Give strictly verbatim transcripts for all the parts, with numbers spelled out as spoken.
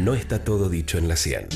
no está todo dicho en la cien.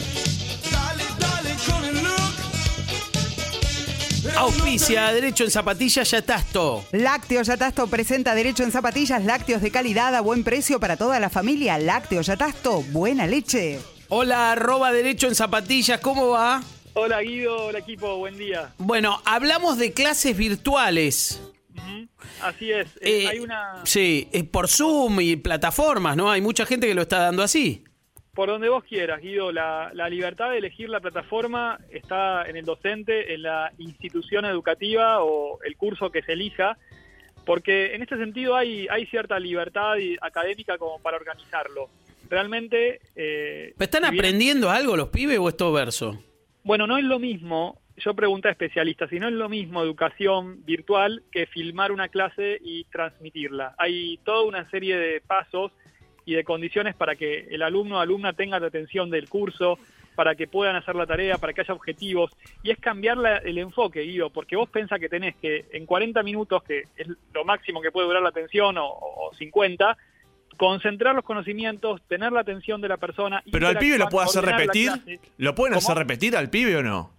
Auspicia Derecho en Zapatillas Yatasto. Lácteos Yatasto presenta Derecho en Zapatillas, lácteos de calidad a buen precio para toda la familia. Lácteos Yatasto, buena leche. Hola, arroba Derecho en Zapatillas, ¿cómo va? Hola Guido, hola equipo, buen día. Bueno, hablamos de clases virtuales. Uh-huh. Así es, Eh, eh, hay una... Sí, eh, por Zoom y plataformas, ¿no? Hay mucha gente que lo está dando así. Por donde vos quieras, Guido, la, la libertad de elegir la plataforma está en el docente, en la institución educativa o el curso que se elija, porque en este sentido hay, hay cierta libertad académica como para organizarlo. Realmente... Eh, ¿Pero están si bien, aprendiendo algo los pibes o es todo verso? Bueno, no es lo mismo, yo pregunté a especialistas, si no es lo mismo educación virtual que filmar una clase y transmitirla. Hay toda una serie de pasos y de condiciones para que el alumno o alumna tenga la atención del curso, para que puedan hacer la tarea, para que haya objetivos, y es cambiar la, el enfoque, Guido, porque vos pensás que tenés que en cuarenta minutos, que es lo máximo que puede durar la atención, o, o cincuenta, concentrar los conocimientos, tener la atención de la persona. Pero al pibe lo puede hacer ordenar la repetir, clase. ¿lo pueden ¿Cómo? hacer repetir al pibe o no?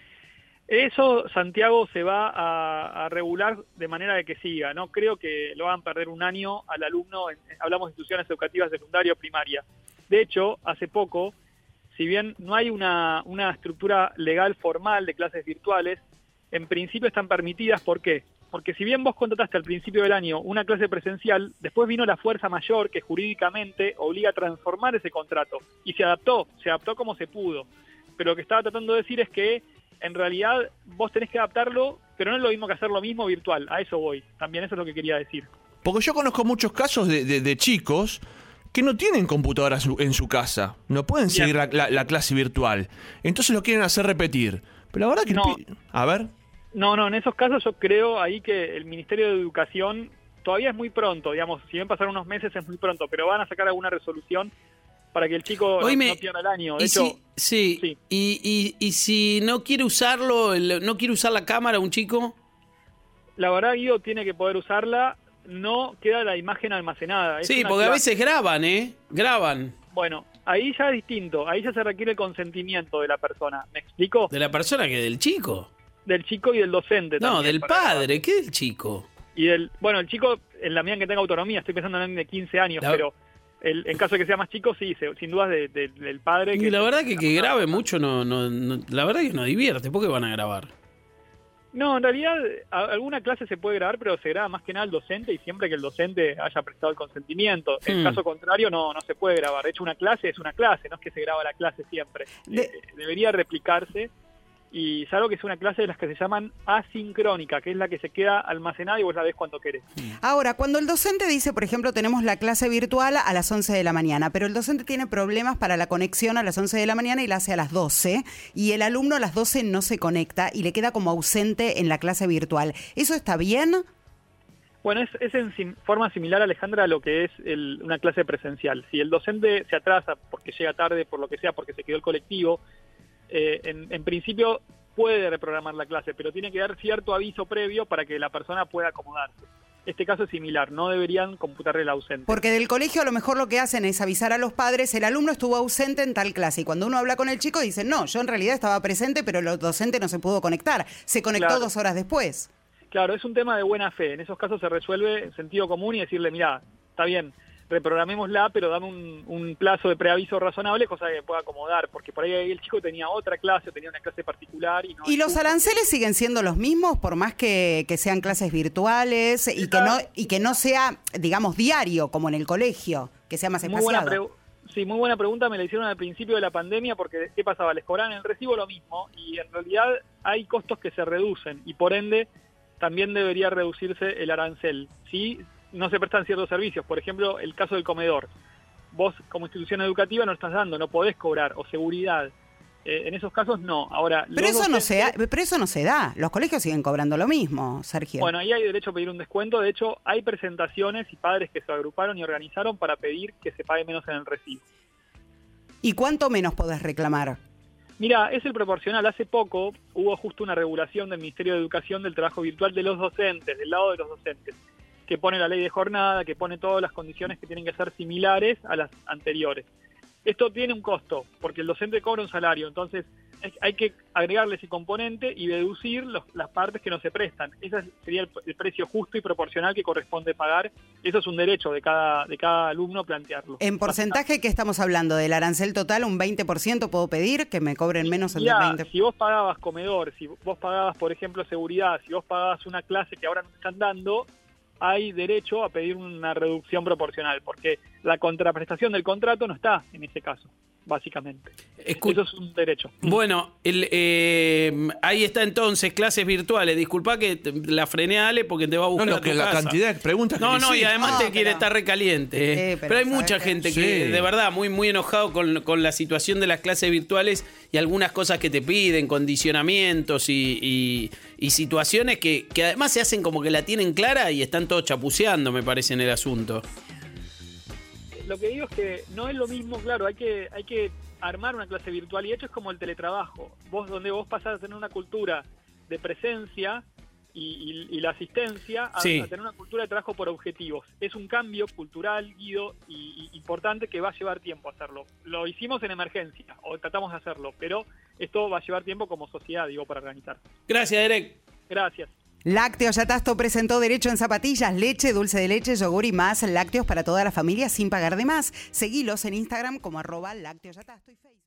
Eso, Santiago, se va a, a regular de manera de que siga. No creo que lo hagan perder un año al alumno. En, hablamos de instituciones educativas secundaria o primaria. De hecho, hace poco, si bien no hay una, una estructura legal formal de clases virtuales, en principio están permitidas. ¿Por qué? Porque si bien vos contrataste al principio del año una clase presencial, después vino la fuerza mayor que jurídicamente obliga a transformar ese contrato. Y se adaptó, se adaptó como se pudo. Pero lo que estaba tratando de decir es que en realidad vos tenés que adaptarlo, pero no es lo mismo que hacer lo mismo virtual. A eso voy. También eso es lo que quería decir. Porque yo conozco muchos casos de, de, de chicos que no tienen computadora su, en su casa. No pueden Bien. seguir la, la, la clase virtual. Entonces lo quieren hacer repetir. Pero la verdad que... el No. pi- A ver... No, no, en esos casos yo creo ahí que el Ministerio de Educación todavía es muy pronto, digamos, si bien pasaron unos meses es muy pronto, pero van a sacar alguna resolución para que el chico Oíme, no, no pierda el año. De y hecho, si, sí, sí. Y, y, y si no quiere usarlo, el- no quiere usar la cámara un chico... la verdad, Guido, tiene que poder usarla, no queda la imagen almacenada. Es Sí, una porque a cla- veces graban, ¿eh? Graban. Bueno, ahí ya es distinto, ahí ya se requiere el consentimiento de la persona, ¿me explico? ¿De la persona que del chico? Del chico y del docente No, también, del para padre. grabar. ¿Qué del chico? Y del, bueno, el chico, en la medida en que tenga autonomía, estoy pensando en de quince años, La- pero el, en caso de que sea más chico, sí, se- sin duda de, de- del padre. Y la verdad que que grabe mucho no, no, no- la verdad que no divierte. ¿Por qué van a grabar? No, en realidad a- alguna clase se puede grabar, pero se graba más que nada el docente y siempre que el docente haya prestado el consentimiento. En Hmm. caso contrario, no no se puede grabar. De hecho, una clase es una clase, no es que se graba la clase siempre. De- Eh, debería replicarse. Y salvo que es una clase de las que se llaman asincrónica, que es la que se queda almacenada y vos la ves cuando querés. Ahora, cuando el docente dice, por ejemplo, tenemos la clase virtual a las once de la mañana, pero el docente tiene problemas para la conexión a las once de la mañana y la hace a las doce, y el alumno a las doce no se conecta y le queda como ausente en la clase virtual. ¿Eso está bien? Bueno, es, es en sim- forma similar, Alejandra, a lo que es el- una clase presencial. Si el docente se atrasa porque llega tarde, por lo que sea, porque se quedó el colectivo, eh, en, en principio puede reprogramar la clase, pero tiene que dar cierto aviso previo para que la persona pueda acomodarse. Este caso es similar, no deberían computarle el ausente. Porque del colegio a lo mejor lo que hacen es avisar a los padres, el alumno estuvo ausente en tal clase, y cuando uno habla con el chico dice, no, yo en realidad estaba presente, pero el docente no se pudo conectar, se conectó Claro. dos horas después. Claro, es un tema de buena fe. En esos casos se resuelve en sentido común y decirle, mira, está bien, reprogramémosla, pero dame un, un plazo de preaviso razonable, cosa que pueda acomodar, porque por ahí el chico tenía otra clase, o tenía una clase particular. ¿Y, no ¿Y los estuvo. aranceles siguen siendo los mismos por más que, que sean clases virtuales y que, no, y que no sea, digamos, diario como en el colegio, que sea más Muy buena espaciado? pregu- Sí, muy buena pregunta, me la hicieron al principio de la pandemia porque ¿qué pasaba? Les cobraban el recibo lo mismo y en realidad hay costos que se reducen y por ende también debería reducirse el arancel. Si no se prestan ciertos servicios, por ejemplo, el caso del comedor. Vos como institución educativa no estás dando, no podés cobrar, o seguridad. Eh, en esos casos no. Ahora, Pero los eso, no se docentes- da, pero eso no se da. Los colegios siguen cobrando lo mismo, Sergio. Bueno, ahí hay derecho a pedir un descuento. De hecho, hay presentaciones y padres que se agruparon y organizaron para pedir que se pague menos en el recibo. ¿Y cuánto menos podés reclamar? Mira, es el proporcional. Hace poco hubo justo una regulación del Ministerio de Educación del trabajo virtual de los docentes, del lado de los docentes, que pone la ley de jornada, que pone todas las condiciones que tienen que ser similares a las anteriores. Esto tiene un costo, porque el docente cobra un salario, entonces hay que agregarle ese componente y deducir los, las partes que no se prestan. Ese sería el, el precio justo y proporcional que corresponde pagar. Eso es un derecho de cada, de cada alumno plantearlo. ¿En porcentaje qué estamos hablando? ¿Del arancel total un veinte por ciento puedo pedir? ¿Que me cobren menos el Ya, del veinte por ciento? Si vos pagabas comedor, si vos pagabas, por ejemplo, seguridad, si vos pagabas una clase que ahora no te están dando, hay derecho a pedir una reducción proporcional, porque la contraprestación del contrato no está en ese caso, básicamente. Escu- Eso es un derecho. Bueno, el, eh, ahí está entonces, clases virtuales. Disculpa que te- la frené a Ale porque te va a No, buscar lo a tu que la casa. cantidad de preguntas que No, le no, y hiciste. además No, te quiere pero- estar recaliente. ¿eh? Sí, pero, pero hay ¿sabes mucha qué? gente Sí. que, de verdad, muy, muy enojado con, con la situación de las clases virtuales y algunas cosas que te piden, condicionamientos y, y, y situaciones que, que además se hacen como que la tienen clara y están todos chapuceando, me parece, en el asunto. Lo que digo es que no es lo mismo, claro, hay que hay que armar una clase virtual y de hecho es como el teletrabajo. Vos donde vos pasás a tener una cultura de presencia y, y, y la asistencia a, Sí. a tener una cultura de trabajo por objetivos. Es un cambio cultural, Guido, y, y importante que va a llevar tiempo hacerlo. Lo hicimos en emergencia, o tratamos de hacerlo, pero esto va a llevar tiempo como sociedad, digo, para organizar. Gracias, Derek. Gracias. Lácteos Yatasto presentó Derecho en Zapatillas, leche, dulce de leche, yogur y más. Lácteos para toda la familia sin pagar de más. Seguilos en Instagram como arroba Lácteos Yatasto y Facebook.